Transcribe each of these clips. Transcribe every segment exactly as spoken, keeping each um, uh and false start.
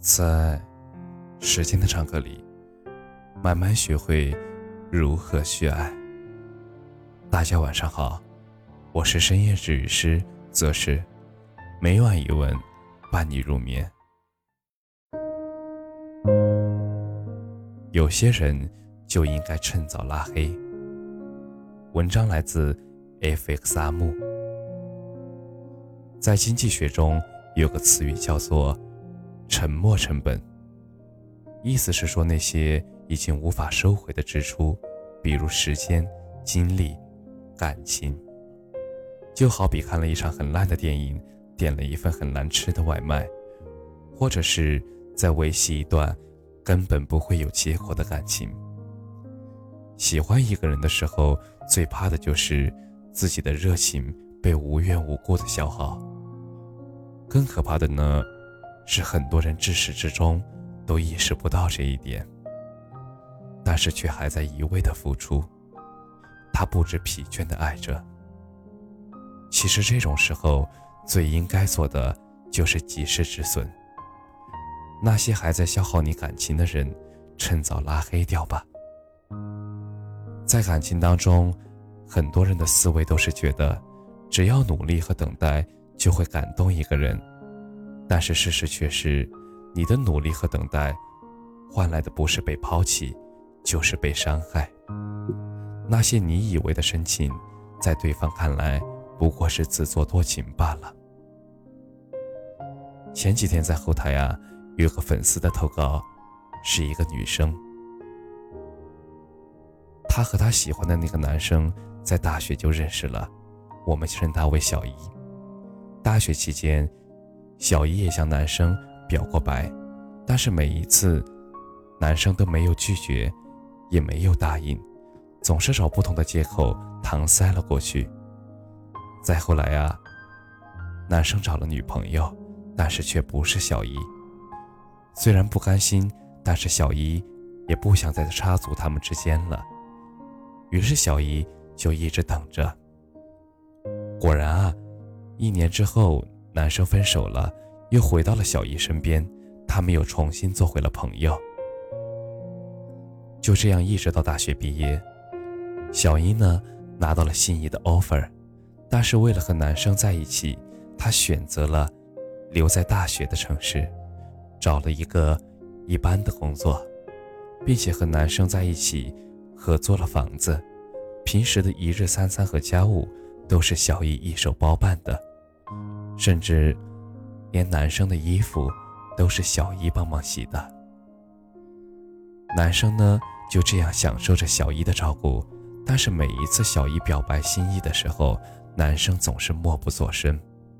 在时间的长河里，慢慢学会如何去爱。大家晚上好，我是深夜治愈师则是，每晚一文伴你入眠。有些人就应该趁早拉黑。文章来自 F X 阿木。在经济学中有个词语叫做沉没成本，意思是说那些已经无法收回的支出，比如时间、精力、感情。就好比看了一场很烂的电影，点了一份很难吃的外卖，或者是在维系一段根本不会有结果的感情。喜欢一个人的时候，最怕的就是自己的热情被无缘无故的消耗。更可怕的呢，是很多人至始至终都意识不到这一点，但是却还在一味的付出，他不知疲倦的爱着。其实这种时候最应该做的就是及时止损，那些还在消耗你感情的人，趁早拉黑掉吧。在感情当中，很多人的思维都是觉得只要努力和等待就会感动一个人，但是事实却是，你的努力和等待换来的不是被抛弃，就是被伤害。那些你以为的深情，在对方看来不过是自作多情罢了。前几天在后台啊，有个粉丝的投稿，是一个女生，她和她喜欢的那个男生在大学就认识了，我们称他为小姨。大学期间，小姨也向男生表过白，但是每一次男生都没有拒绝，也没有答应，总是找不同的借口搪塞了过去。再后来啊，男生找了女朋友，但是却不是小姨。虽然不甘心，但是小姨也不想再插足他们之间了，于是小姨就一直等着。果然啊，一年之后，男生分手了，又回到了小姨身边，他们又重新做回了朋友。就这样一直到大学毕业，小姨呢拿到了心仪的 offer， 但是为了和男生在一起，她选择了留在大学的城市，找了一个一般的工作，并且和男生在一起合租了房子，平时的一日三餐和家务都是小姨一手包办的，甚至连男生的衣服都是小姨帮忙洗的。男生呢就这样享受着小姨的照顾，但是每一次小姨表白心意的时候，男生总是默不作声。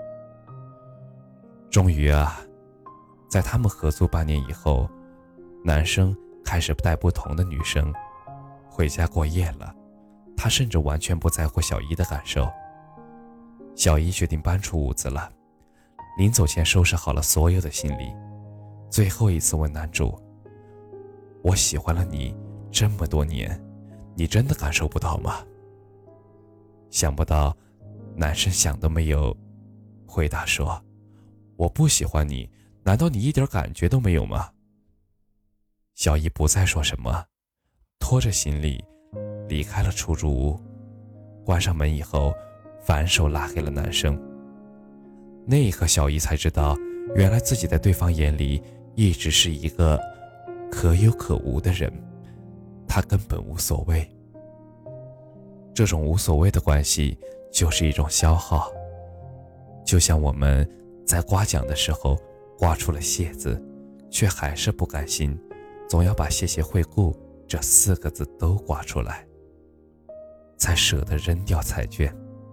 终于啊，在他们合租半年以后，男生开始带不同的女生回家过夜了，他甚至完全不在乎小姨的感受。小姨决定搬出屋子了，临走前收拾好了所有的行李，最后一次问男主：我喜欢了你这么多年，你真的感受不到吗？想不到男生想都没有，回答说：我不喜欢你，难道你一点感觉都没有吗？小姨不再说什么，拖着行李离开了出租屋，关上门以后反手拉黑了男生。那一刻，小姨才知道，原来自己在对方眼里一直是一个可有可无的人，他根本无所谓。这种无所谓的关系就是一种消耗，就像我们在刮奖的时候刮出了谢字，却还是不甘心，总要把谢谢惠顾这四个字都刮出来，才舍得扔掉彩券。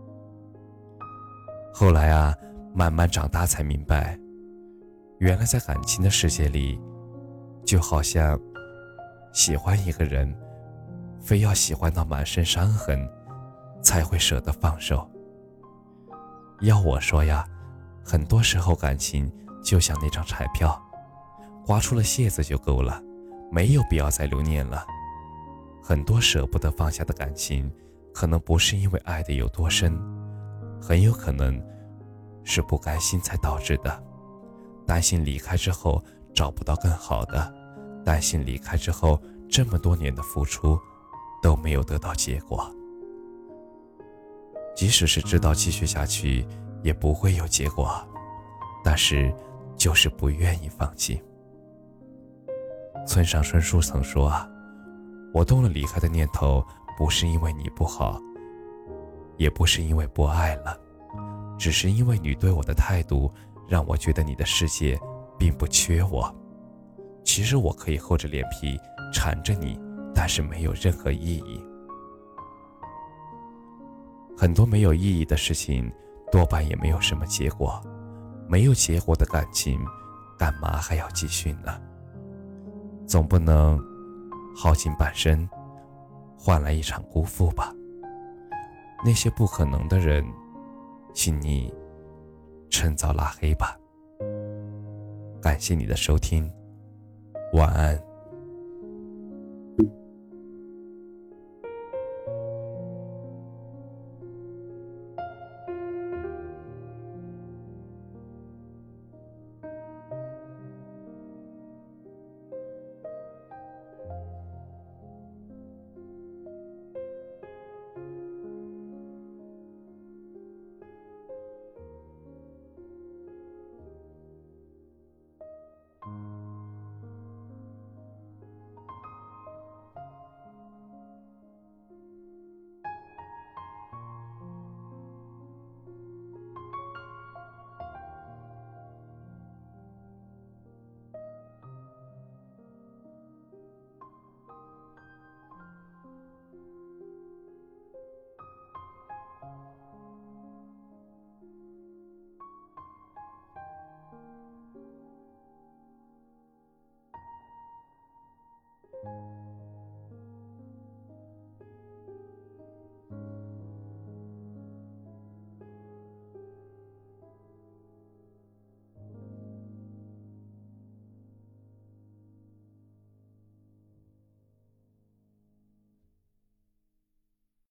后来啊，慢慢长大才明白，原来在感情的世界里，就好像喜欢一个人，非要喜欢到满身伤痕，才会舍得放手。要我说呀，很多时候感情就像那张彩票，刮出了谢字就够了，没有必要再留念了。很多舍不得放下的感情，可能不是因为爱的有多深，很有可能是不甘心才导致的。担心离开之后找不到更好的，担心离开之后这么多年的付出都没有得到结果。即使是知道继续下去也不会有结果，但是就是不愿意放弃。村上春树曾说啊，我动了离开的念头，不是因为你不好，也不是因为不爱了，只是因为你对我的态度让我觉得你的世界并不缺我。其实我可以厚着脸皮缠着你，但是没有任何意义。很多没有意义的事情多半也没有什么结果，没有结果的感情干嘛还要继续呢？总不能耗尽半生换来一场辜负吧。那些不可能的人，请你趁早拉黑吧。感谢你的收听，晚安。